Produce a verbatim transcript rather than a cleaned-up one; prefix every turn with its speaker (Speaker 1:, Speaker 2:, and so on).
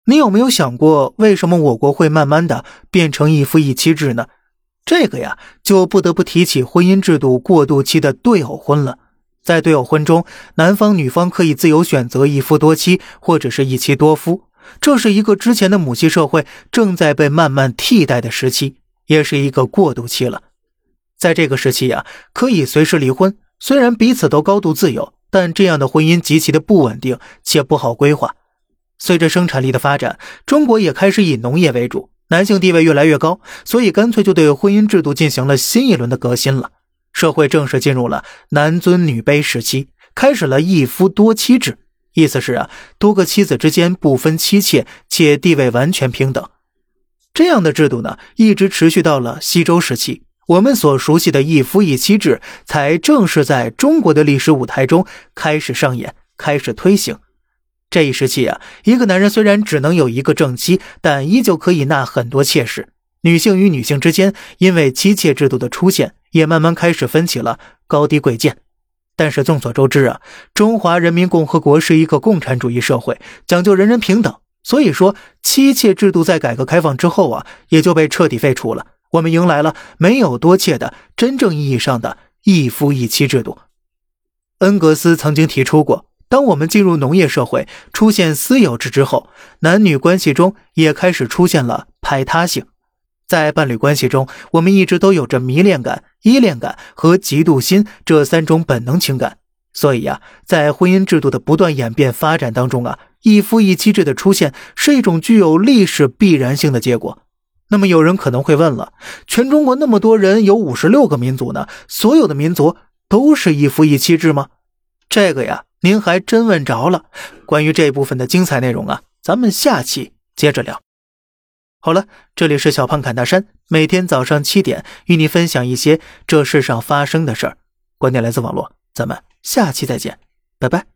Speaker 1: 你有没有想过，为什么我国会慢慢的变成一夫一妻制呢？这个呀，就不得不提起婚姻制度过渡期的对偶婚了。在对偶婚中，男方女方可以自由选择一夫多妻或者是一妻多夫，这是一个之前的母系社会正在被慢慢替代的时期，也是一个过渡期了。在这个时期呀，可以随时离婚，虽然彼此都高度自由，但这样的婚姻极其的不稳定且不好规划。随着生产力的发展，中国也开始以农业为主，男性地位越来越高，所以干脆就对婚姻制度进行了新一轮的革新了。社会正式进入了男尊女卑时期，开始了一夫多妻制，意思是啊，多个妻子之间不分妻妾，且地位完全平等。这样的制度呢，一直持续到了西周时期，我们所熟悉的一夫一妻制才正式在中国的历史舞台中开始上演，开始推行。这一时期啊，一个男人虽然只能有一个正妻，但依旧可以纳很多妾室。女性与女性之间因为妻妾制度的出现，也慢慢开始分起了高低贵贱。但是众所周知啊，中华人民共和国是一个共产主义社会，讲究人人平等，所以说妻妾制度在改革开放之后啊，也就被彻底废除了。我们迎来了没有多妾的真正意义上的一夫一妻制度。恩格斯曾经提出过，当我们进入农业社会，出现私有制之后，男女关系中也开始出现了排他性。在伴侣关系中，我们一直都有着迷恋感、依恋感和嫉妒心这三种本能情感。所以呀，在婚姻制度的不断演变发展当中啊，一夫一妻制的出现是一种具有历史必然性的结果。那么有人可能会问了，全中国那么多人，有五十六个民族呢，所有的民族都是一夫一妻制吗？这个呀，您还真问着了。关于这部分的精彩内容啊，咱们下期接着聊。好了，这里是小胖侃大山，每天早上七点与你分享一些这世上发生的事儿。观点来自网络，咱们下期再见，拜拜。